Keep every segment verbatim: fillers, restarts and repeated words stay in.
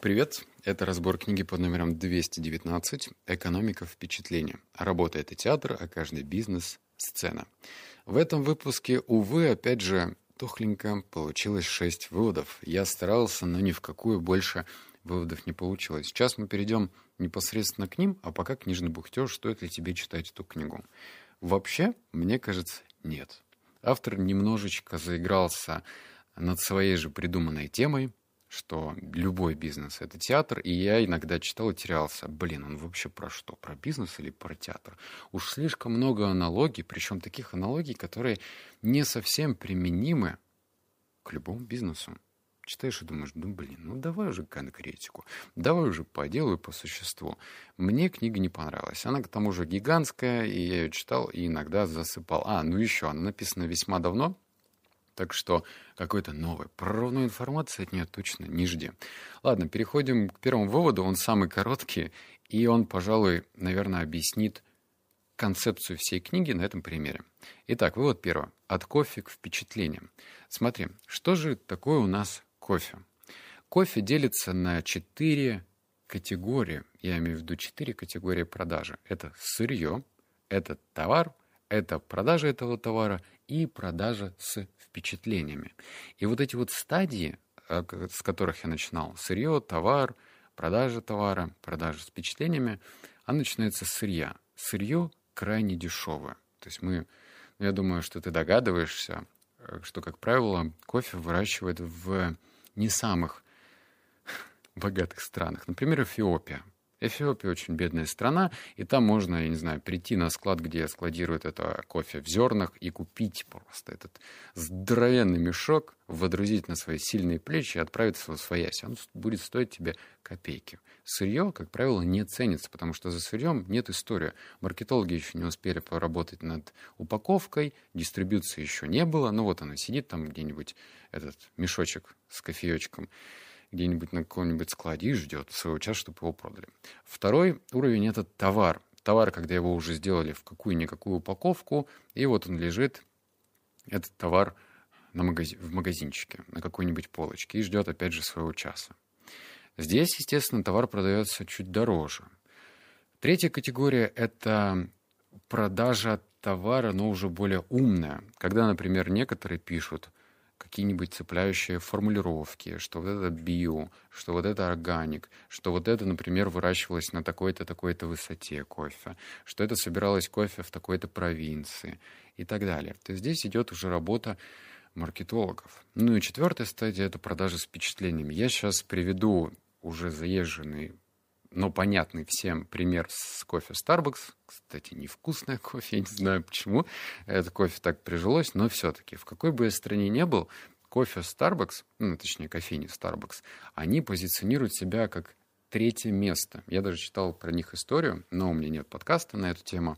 Привет, это разбор книги под номером двести девятнадцать «Экономика впечатления». Работа — это театр, а каждый бизнес — сцена. В этом выпуске, увы, опять же, тухленько получилось шесть выводов. Я старался, но ни в какую больше выводов не получилось. Сейчас мы перейдем непосредственно к ним, а пока книжный бухтеж, стоит ли тебе читать эту книгу. Вообще, мне кажется, нет. Автор немножечко заигрался над своей же придуманной темой, что любой бизнес — это театр, и я иногда читал и терялся. Блин, он вообще про что? Про бизнес или про театр? Уж слишком много аналогий, причем таких аналогий, которые не совсем применимы к любому бизнесу. Читаешь и думаешь, ну блин, ну давай уже конкретику, давай уже по делу и по существу. Мне книга не понравилась. Она к тому же гигантская, и я ее читал и иногда засыпал. А, ну еще, она написана весьма давно, так что какой-то новой, прорывной информации от нее точно не жди. Ладно, переходим к первому выводу. Он самый короткий, и он, пожалуй, наверное, объяснит концепцию всей книги на этом примере. Итак, вывод первый. От кофе к впечатлениям. Смотри, что же такое у нас кофе? Кофе делится на четыре категории. Я имею в виду четыре категории продажи. Это сырье, это товар, это продажа этого товара и продажа с впечатлениями. И вот эти вот стадии, с которых я начинал, сырье, товар, продажа товара, продажа с впечатлениями, она начинается с сырья. Сырье крайне дешевое. То есть мы, я думаю, что ты догадываешься, что, как правило, кофе выращивают в не самых богатых странах. Например, Эфиопия. Эфиопия очень бедная страна, и там можно, я не знаю, прийти на склад, где складируют это кофе в зернах, и купить просто этот здоровенный мешок, водрузить на свои сильные плечи и отправиться в освоясь. Он будет стоить тебе копейки. Сырье, как правило, не ценится, потому что за сырьем нет истории. Маркетологи еще не успели поработать над упаковкой, дистрибьюции еще не было. Ну вот она сидит там где-нибудь, этот мешочек с кофеечком, где-нибудь на каком-нибудь складе и ждет своего часа, чтобы его продали. Второй уровень — это товар. Товар, когда его уже сделали в какую-никакую упаковку, и вот он лежит, этот товар, на магази- в магазинчике, на какой-нибудь полочке, и ждет, опять же, своего часа. Здесь, естественно, товар продается чуть дороже. Третья категория — это продажа товара, но уже более умная. Когда, например, некоторые пишут какие-нибудь цепляющие формулировки, что вот это био, что вот это органик, что вот это, например, выращивалось на такой-то, такой-то высоте кофе, что это собиралось кофе в такой-то провинции и так далее. То есть здесь идет уже работа маркетологов. Ну и четвертая стадия — это продажа с впечатлениями. Я сейчас приведу уже заезженный, но понятный всем пример с кофе Starbucks. Кстати, невкусное кофе, я не знаю почему это кофе так прижилось, но все-таки, в какой бы я стране ни был, кофе Starbucks, ну, точнее, кофейни Starbucks, они позиционируют себя как третье место. Я даже читал про них историю, но у меня нет подкаста на эту тему.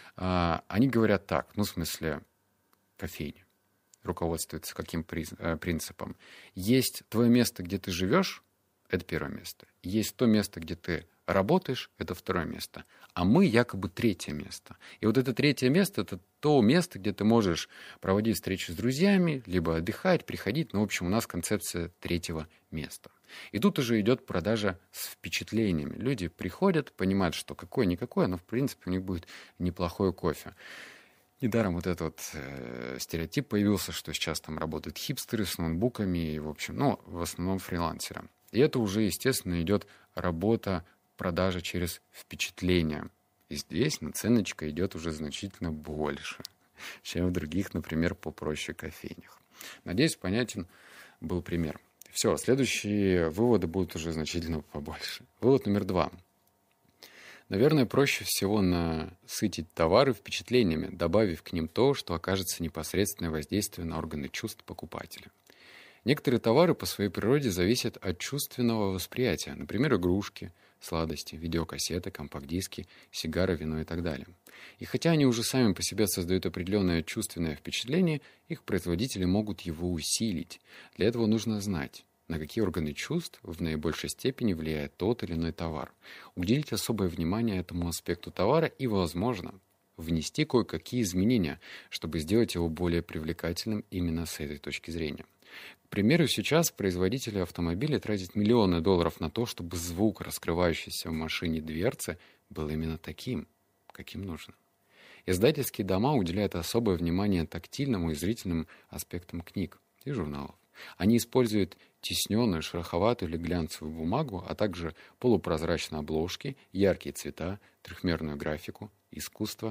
Они говорят так, ну, в смысле, кофейни руководствуются каким принципом. Есть твое место, где ты живешь, это первое место. Есть то место, где ты работаешь, это второе место. А мы якобы третье место. И вот это третье место — это то место, где ты можешь проводить встречи с друзьями, либо отдыхать, приходить. Ну, в общем, у нас концепция третьего места. И тут уже идет продажа с впечатлениями. Люди приходят, понимают, что какое-никакое, но, в принципе, у них будет неплохое кофе. Недаром вот этот вот э, стереотип появился, что сейчас там работают хипстеры с ноутбуками, и, в общем, ну, в основном фрилансеры. И это уже, естественно, идет работа, продажа через впечатление. И здесь наценочка идет уже значительно больше, чем в других, например, попроще кофейнях. Надеюсь, понятен был пример. Все, следующие выводы будут уже значительно побольше. Вывод номер два. Наверное, проще всего насытить товары впечатлениями, добавив к ним то, что окажется непосредственное воздействие на органы чувств покупателя. Некоторые товары по своей природе зависят от чувственного восприятия, например, игрушки, сладости, видеокассеты, компакт-диски, сигары, вино и так далее. И хотя они уже сами по себе создают определенное чувственное впечатление, их производители могут его усилить. Для этого нужно знать, на какие органы чувств в наибольшей степени влияет тот или иной товар, уделить особое внимание этому аспекту товара и, возможно, внести кое-какие изменения, чтобы сделать его более привлекательным именно с этой точки зрения. К примеру, сейчас производители автомобилей тратят миллионы долларов на то, чтобы звук, раскрывающийся в машине дверцы, был именно таким, каким нужно. Издательские дома уделяют особое внимание тактильному и зрительным аспектам книг и журналов. Они используют тисненную, шероховатую или глянцевую бумагу, а также полупрозрачные обложки, яркие цвета, трехмерную графику, искусство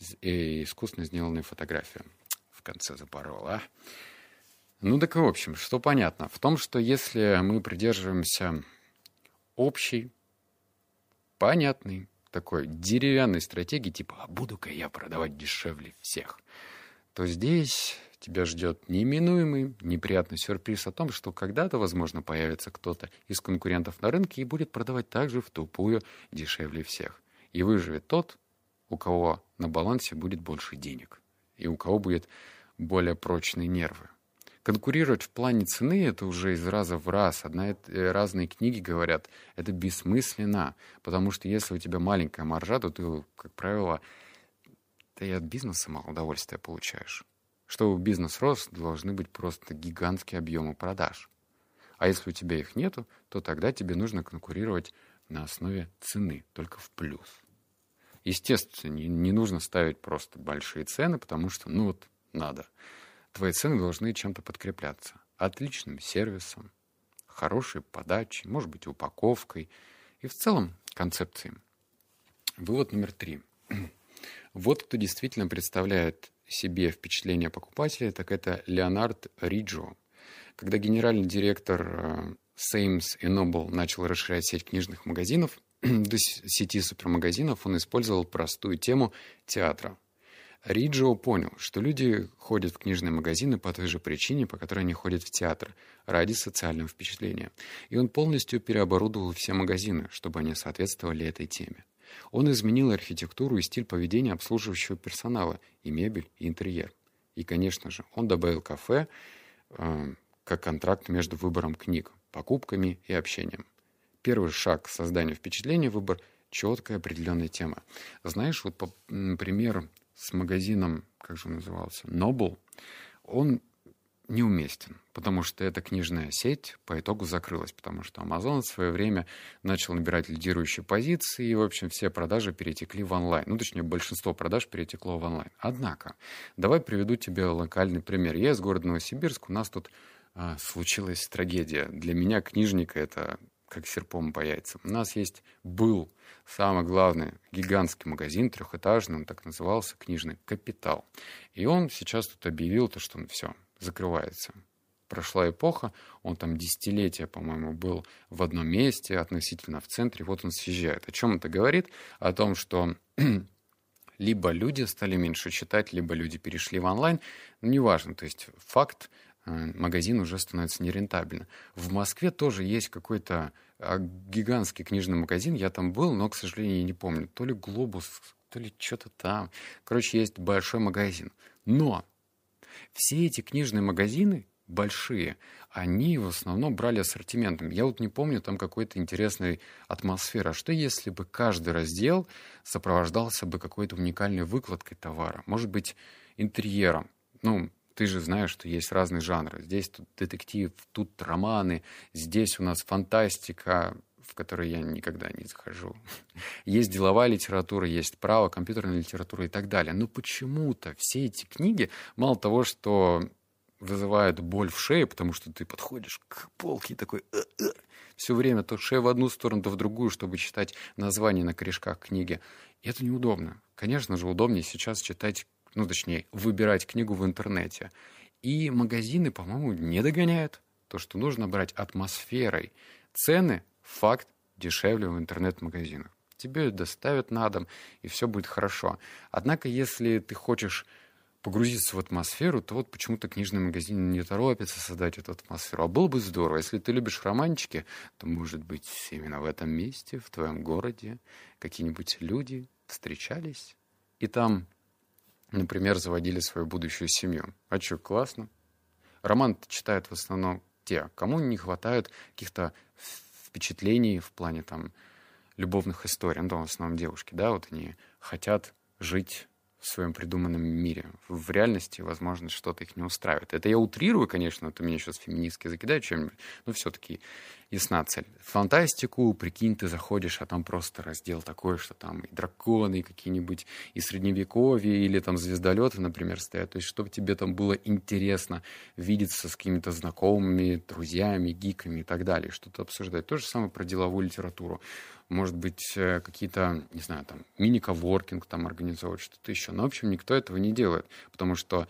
и искусственно сделанные фотографии. В конце запорол, а? Ну так и в общем, что понятно? В том, что если мы придерживаемся общей, понятной, такой деревянной стратегии, типа «а буду-ка я продавать дешевле всех», то здесь тебя ждет неминуемый неприятный сюрприз о том, что когда-то, возможно, появится кто-то из конкурентов на рынке и будет продавать также в тупую дешевле всех. И выживет тот, у кого на балансе будет больше денег, и у кого будет более прочные нервы. Конкурировать в плане цены — это уже из раза в раз. Одна, разные книги говорят, это бессмысленно, потому что если у тебя маленькая маржа, то ты, как правило, ты от бизнеса мало удовольствия получаешь. Чтобы бизнес рос, должны быть просто гигантские объемы продаж. А если у тебя их нету, то тогда тебе нужно конкурировать на основе цены, только в плюс. Естественно, не, не нужно ставить просто большие цены, потому что, ну вот, надо. Твои цены должны чем-то подкрепляться. Отличным сервисом, хорошей подачей, может быть, упаковкой и в целом концепцией. Вывод номер три. Вот кто действительно представляет себе впечатление покупателя, так это Леонард Риджо. Когда генеральный директор Сеймс и Нобл начал расширять сеть книжных магазинов до сети супермагазинов, он использовал простую тему театра. Риджо понял, что люди ходят в книжные магазины по той же причине, по которой они ходят в театр, ради социального впечатления. И он полностью переоборудовал все магазины, чтобы они соответствовали этой теме. Он изменил архитектуру и стиль поведения обслуживающего персонала, и мебель, и интерьер. И, конечно же, он добавил кафе э, как контракт между выбором книг, покупками и общением. Первый шаг к созданию впечатления — выбор четкой определенной темы. Знаешь, вот по примеру с магазином, как же он назывался, Noble, он неуместен, потому что эта книжная сеть по итогу закрылась, потому что Amazon в свое время начал набирать лидирующие позиции, и, в общем, все продажи перетекли в онлайн. Ну, точнее, большинство продаж перетекло в онлайн. Однако, давай приведу тебе локальный пример. Я из города Новосибирск, у нас тут а, случилась трагедия. Для меня книжника — это как серпом по яйцам. У нас есть, был самый главный гигантский магазин, трехэтажный, он так назывался, книжный «Капитал». И он сейчас тут объявил, то, что он все, закрывается. Прошла эпоха, он там десятилетия, по-моему, был в одном месте, относительно в центре, вот он съезжает. О чем это говорит? О том, что либо люди стали меньше читать, либо люди перешли в онлайн, ну, неважно, то есть факт, магазин уже становится нерентабельным. В Москве тоже есть какой-то гигантский книжный магазин. Я там был, но, к сожалению, не помню. То ли «Глобус», то ли что-то там. Короче, есть большой магазин. Но все эти книжные магазины большие, они в основном брали ассортиментом. Я вот не помню там какой-то интересной атмосферы. А что если бы каждый раздел сопровождался бы какой-то уникальной выкладкой товара? Может быть, интерьером? Ну, ты же знаешь, что есть разные жанры. Здесь тут детектив, тут романы, здесь у нас фантастика, в которой я никогда не захожу. Есть деловая литература, есть право, компьютерная литература и так далее. Но почему-то все эти книги, мало того, что вызывают боль в шее, потому что ты подходишь к полке и такой... Все время то шея в одну сторону, то в другую, чтобы читать названия на корешках книги. И это неудобно. Конечно же, удобнее сейчас читать, ну, точнее, выбирать книгу в интернете. И магазины, по-моему, не догоняют то, что нужно брать атмосферой. Цены, факт, дешевле в интернет-магазинах. Тебе доставят на дом, и все будет хорошо. Однако, если ты хочешь погрузиться в атмосферу, то вот почему-то книжный магазин не торопится создать эту атмосферу. А было бы здорово. Если ты любишь романчики, то, может быть, именно в этом месте, в твоем городе, какие-нибудь люди встречались, и там, например, заводили свою будущую семью. А что, классно. Роман читают в основном те, кому не хватает каких-то впечатлений в плане там любовных историй. Ну, в основном девушки, да, вот они хотят жить в своем придуманном мире. В реальности, возможно, что-то их не устраивает. Это я утрирую, конечно, ты меня сейчас феминистски закидаешь чем-нибудь, но все-таки ясна цель. В фантастику, прикинь, ты заходишь, а там просто раздел такой, что там и драконы, и какие-нибудь, и средневековье, или там звездолеты, например, стоят. То есть, чтобы тебе там было интересно видеться с какими-то знакомыми, друзьями, гиками и так далее, что-то обсуждать. То же самое про деловую литературу. Может быть, какие-то, не знаю, там, мини-коворкинг там организовывать, что-то еще. Но, в общем, никто этого не делает, потому что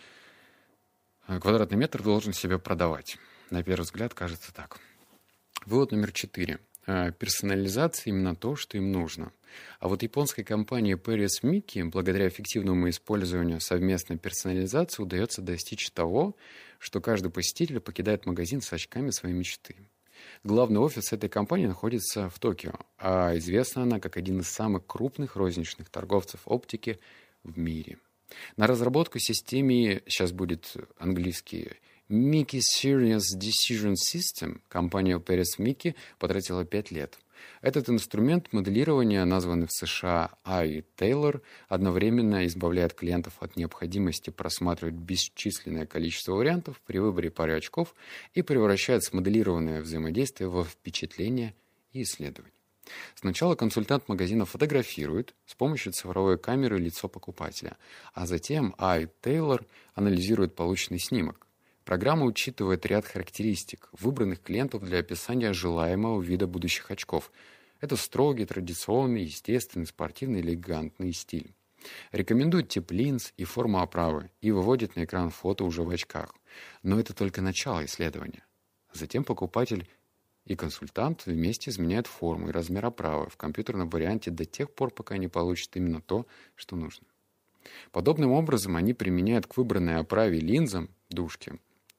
квадратный метр должен себя продавать. На первый взгляд кажется так. Вывод номер четыре. Персонализация именно то, что им нужно. А вот японской компании Paris Mickey, благодаря эффективному использованию совместной персонализации, удается достичь того, что каждый посетитель покидает магазин с очками своей мечты. Главный офис этой компании находится в Токио, а известна она как один из самых крупных розничных торговцев оптики в мире. На разработку системы, сейчас будет английский, Mickey Serious Decision System, компания Paris Mickey потратила пять лет. Этот инструмент моделирования, названный в США ай Taylor, одновременно избавляет клиентов от необходимости просматривать бесчисленное количество вариантов при выборе пары очков и превращает смоделированное взаимодействие во впечатление и исследование. Сначала консультант магазина фотографирует с помощью цифровой камеры лицо покупателя, а затем ай Taylor анализирует полученный снимок. Программа учитывает ряд характеристик, выбранных клиентов для описания желаемого вида будущих очков. Это строгий, традиционный, естественный, спортивный, элегантный стиль. Рекомендует тип линз и форму оправы и выводит на экран фото уже в очках. Но это только начало исследования. Затем покупатель и консультант вместе изменяют форму и размер оправы в компьютерном варианте до тех пор, пока не получат именно то, что нужно. Подобным образом они применяют к выбранной оправе линзам дужки,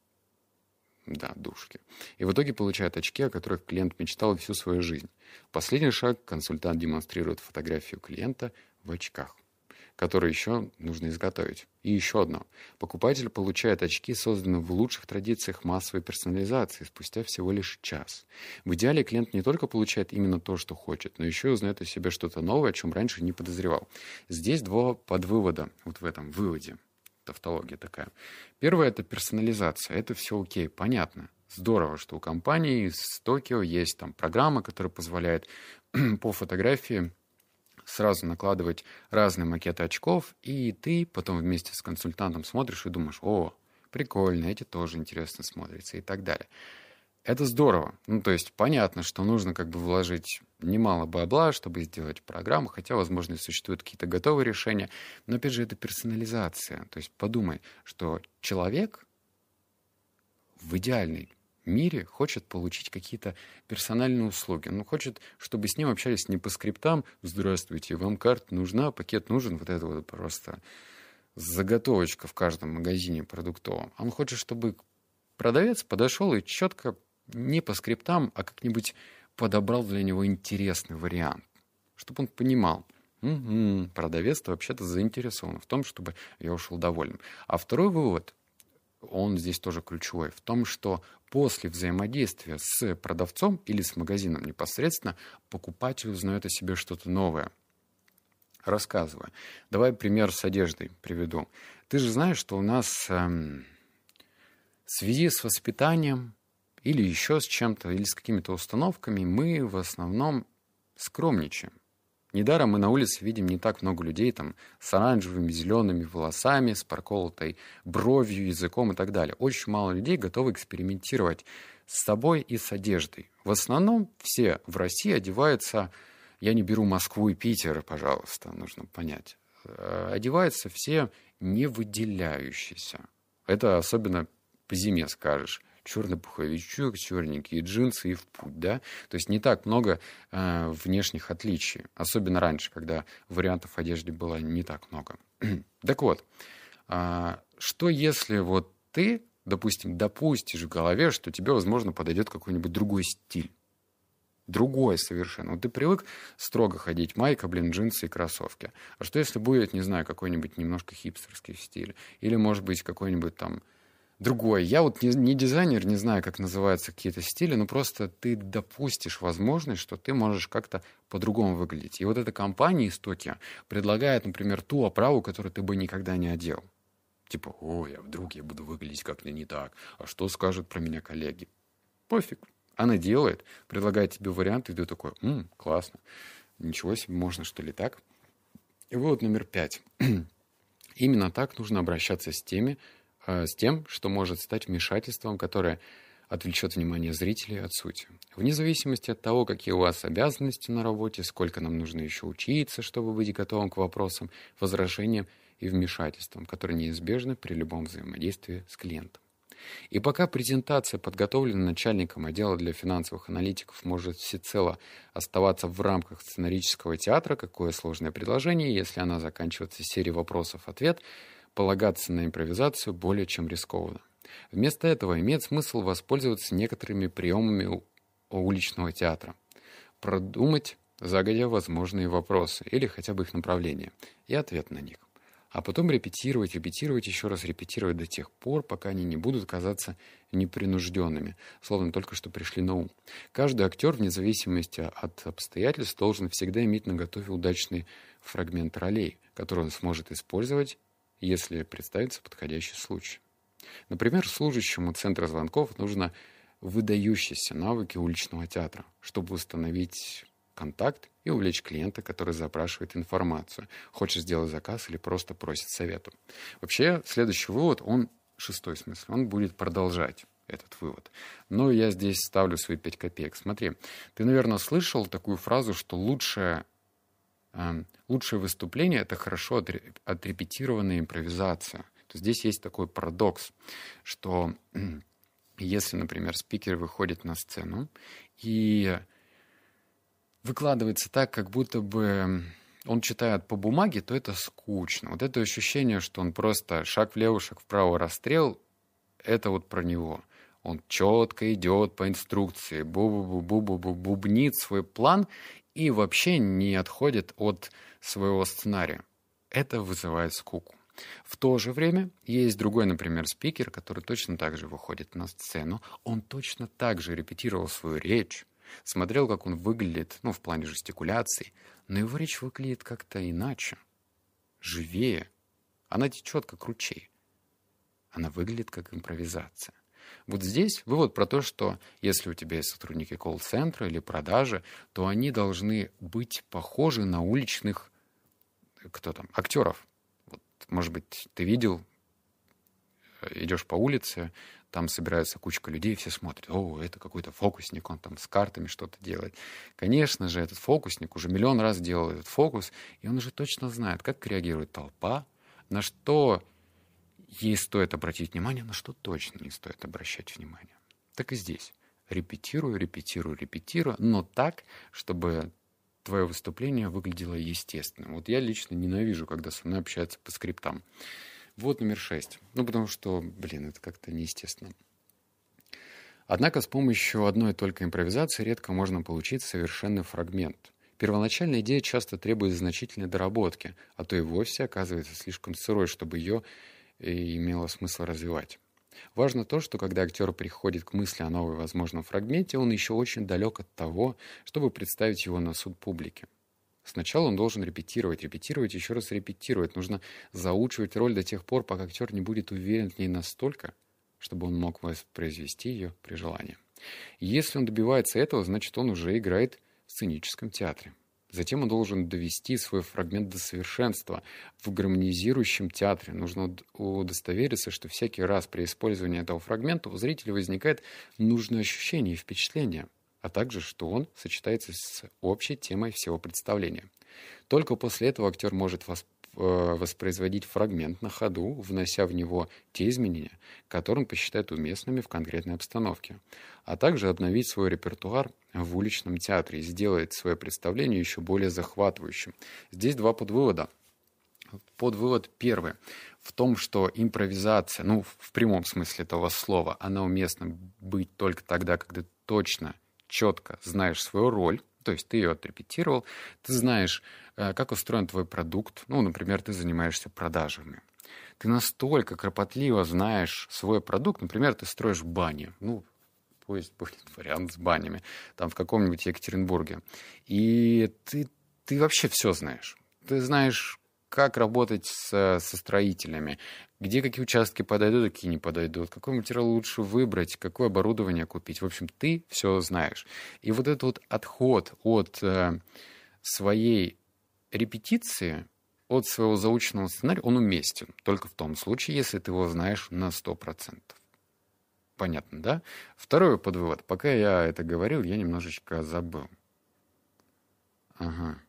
Да, дужки. И в итоге получают очки, о которых клиент мечтал всю свою жизнь. Последний шаг. Консультант демонстрирует фотографию клиента в очках, которые еще нужно изготовить. И еще одно. Покупатель получает очки, созданные в лучших традициях массовой персонализации, спустя всего лишь час. В идеале клиент не только получает именно то, что хочет, но еще и узнает о себе что-то новое, о чем раньше не подозревал. Здесь два подвывода вот в этом выводе. Тавтология такая. Первое — это персонализация. Это все окей, понятно. Здорово, что у компании из Токио есть там программа, которая позволяет по фотографии сразу накладывать разные макеты очков, и ты потом вместе с консультантом смотришь и думаешь: о, прикольно, эти тоже интересно смотрятся и так далее. Это здорово. Ну, то есть понятно, что нужно как бы вложить немало бабла, чтобы сделать программу, хотя, возможно, и существуют какие-то готовые решения. Но, опять же, это персонализация. То есть подумай, что человек в идеальной мире хочет получить какие-то персональные услуги. Он хочет, чтобы с ним общались не по скриптам: «Здравствуйте, вам карта нужна, пакет нужен», вот это вот просто заготовочка в каждом магазине продуктовом. Он хочет, чтобы продавец подошел и четко, не по скриптам, а как-нибудь подобрал для него интересный вариант. Чтобы он понимал: угу, продавец-то вообще-то заинтересован в том, чтобы я ушел довольным. А второй вывод, он здесь тоже ключевой, в том, что после взаимодействия с продавцом или с магазином непосредственно покупатель узнает о себе что-то новое. Рассказываю. Давай пример с одеждой приведу. Ты же знаешь, что у нас эм, в связи с воспитанием или еще с чем-то, или с какими-то установками, мы в основном скромничаем. Недаром мы на улице видим не так много людей там с оранжевыми, зелеными волосами, с проколотой бровью, языком и так далее. Очень мало людей готовы экспериментировать с собой и с одеждой. В основном все в России одеваются, я не беру Москву и Питер, пожалуйста, нужно понять, одеваются все не выделяющиеся. Это особенно по зиме скажешь. Черный пуховичок, черненькие джинсы и в путь, да? То есть не так много э, внешних отличий. Особенно раньше, когда вариантов одежды было не так много. Так вот, э, что если вот ты, допустим, допустишь в голове, что тебе, возможно, подойдет какой-нибудь другой стиль? Другой совершенно. Вот ты привык строго ходить: майка, блин, джинсы и кроссовки. А что если будет, не знаю, какой-нибудь немножко хипстерский стиль? Или, может быть, какой-нибудь там другое. Я вот не, не дизайнер, не знаю, как называются какие-то стили, но просто ты допустишь возможность, что ты можешь как-то по-другому выглядеть. И вот эта компания из Токио предлагает, например, ту оправу, которую ты бы никогда не одел. Типа, ой, а вдруг я буду выглядеть как-то не так? А что скажут про меня коллеги? Пофиг. Она делает, предлагает тебе варианты, и ты такой, м, классно. Ничего себе, можно что ли так? И вывод номер пять. Именно так нужно обращаться с теми, э, с тем, что может стать вмешательством, которое отвлечет внимание зрителей от сути. Вне зависимости от того, какие у вас обязанности на работе, сколько нам нужно еще учиться, чтобы быть готовым к вопросам, возражениям и вмешательствам, которые неизбежны при любом взаимодействии с клиентом. И пока презентация, подготовленная начальником отдела для финансовых аналитиков, может всецело оставаться в рамках сценарического театра, какое сложное предложение, если она заканчивается серией вопросов-ответ, полагаться на импровизацию более чем рискованно. Вместо этого имеет смысл воспользоваться некоторыми приемами уличного театра, продумать загодя возможные вопросы или хотя бы их направления и ответ на них. А потом репетировать, репетировать, еще раз репетировать до тех пор, пока они не будут казаться непринужденными, словно только что пришли на ум. Каждый актер, вне зависимости от обстоятельств, должен всегда иметь наготове удачный фрагмент ролей, который он сможет использовать, если представится подходящий случай. Например, служащему центра звонков нужно выдающиеся навыки уличного театра, чтобы установить контакт и увлечь клиента, который запрашивает информацию, хочет сделать заказ или просто просит совета. Вообще, следующий вывод, он, шестой смысл, он будет продолжать этот вывод. Но я здесь ставлю свои пять копеек. Смотри, ты, наверное, слышал такую фразу, что лучшее, э, лучшее выступление — это хорошо отрепетированная импровизация. То здесь есть такой парадокс, что если, например, спикер выходит на сцену и выкладывается так, как будто бы он читает по бумаге, то это скучно. Вот это ощущение, что он просто шаг влево, шаг вправо, расстрел, это вот про него. Он четко идет по инструкции, бу-бу-бу-бу-бу-бу, бубнит свой план и вообще не отходит от своего сценария. Это вызывает скуку. В то же время есть другой, например, спикер, который точно так же выходит на сцену. Он точно так же репетировал свою речь, смотрел, как он выглядит, ну, в плане жестикуляции, но его речь выглядит как-то иначе, живее. Она течет, как ручей. Она выглядит, как импровизация. Вот здесь вывод про то, что если у тебя есть сотрудники колл-центра или продажи, то они должны быть похожи на уличных, кто там, актеров. Вот, может быть, ты видел, идешь по улице, там собирается кучка людей, все смотрят, о, это какой-то фокусник, он там с картами что-то делает. Конечно же, этот фокусник уже миллион раз делал этот фокус, и он уже точно знает, как реагирует толпа, на что ей стоит обратить внимание, на что точно не стоит обращать внимание. Так и здесь. Репетирую, репетирую, репетирую, но так, чтобы твое выступление выглядело естественным. Вот я лично ненавижу, когда со мной общаются по скриптам. Вот номер шесть. Ну, потому что, блин, это как-то неестественно. Однако с помощью одной только импровизации редко можно получить совершенный фрагмент. Первоначальная идея часто требует значительной доработки, а то и вовсе оказывается слишком сырой, чтобы ее имело смысл развивать. Важно то, что когда актер приходит к мысли о новом возможном фрагменте, он еще очень далек от того, чтобы представить его на суд публики. Сначала он должен репетировать, репетировать, еще раз репетировать. Нужно заучивать роль до тех пор, пока актер не будет уверен в ней настолько, чтобы он мог воспроизвести ее при желании. Если он добивается этого, значит, он уже играет в сценическом театре. Затем он должен довести свой фрагмент до совершенства в гармонизирующем театре. Нужно удостовериться, что всякий раз при использовании этого фрагмента у зрителя возникает нужное ощущение и впечатление, а также, что он сочетается с общей темой всего представления. Только после этого актер может воспроизводить фрагмент на ходу, внося в него те изменения, которые он посчитает уместными в конкретной обстановке, а также обновить свой репертуар в уличном театре и сделать свое представление еще более захватывающим. Здесь два подвывода. Подвывод первый в том, что импровизация, ну, в прямом смысле этого слова, она уместна быть только тогда, когда ты точно, четко знаешь свою роль, то есть ты ее отрепетировал, ты знаешь, как устроен твой продукт, ну, например, ты занимаешься продажами. ты настолько кропотливо знаешь свой продукт, например, ты строишь бани, ну, пусть будет вариант с банями, там в каком-нибудь Екатеринбурге, и ты, ты вообще все знаешь. Ты знаешь, как работать с, со строителями, где какие участки подойдут, какие не подойдут, какой материал лучше выбрать, какое оборудование купить. В общем, ты все знаешь. И вот этот вот отход от э, своей репетиции, от своего заученного сценария, он уместен. Только в том случае, если ты его знаешь на сто процентов. Понятно, да? Второй подвывод. Пока я это говорил, я немножечко забыл. Ага.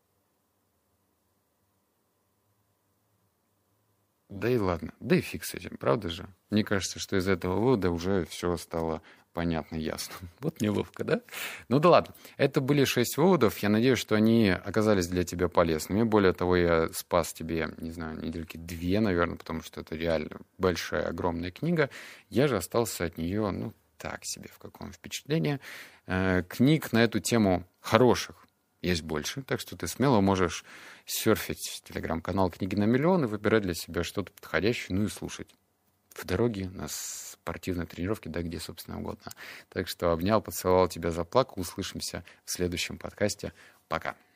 Да и ладно. Да и фиг с этим, правда же? Мне кажется, что из этого вывода уже все стало понятно, ясно. Вот неловко, да? Ну да ладно. Это были шесть выводов. Я надеюсь, что они оказались для тебя полезными. Более того, я спас тебе, не знаю, недельки две, наверное, потому что это реально большая, огромная книга. Я же остался от нее, ну, так себе, в каком впечатлении. Э, книг на эту тему хороших есть больше, так что ты смело можешь серфить телеграм-канал «Книги на миллион» и выбирать для себя что-то подходящее, ну и слушать в дороге, на спортивной тренировке, да где, собственно, угодно. Так что обнял, поцеловал тебя, заплакал. Услышимся в следующем подкасте. Пока.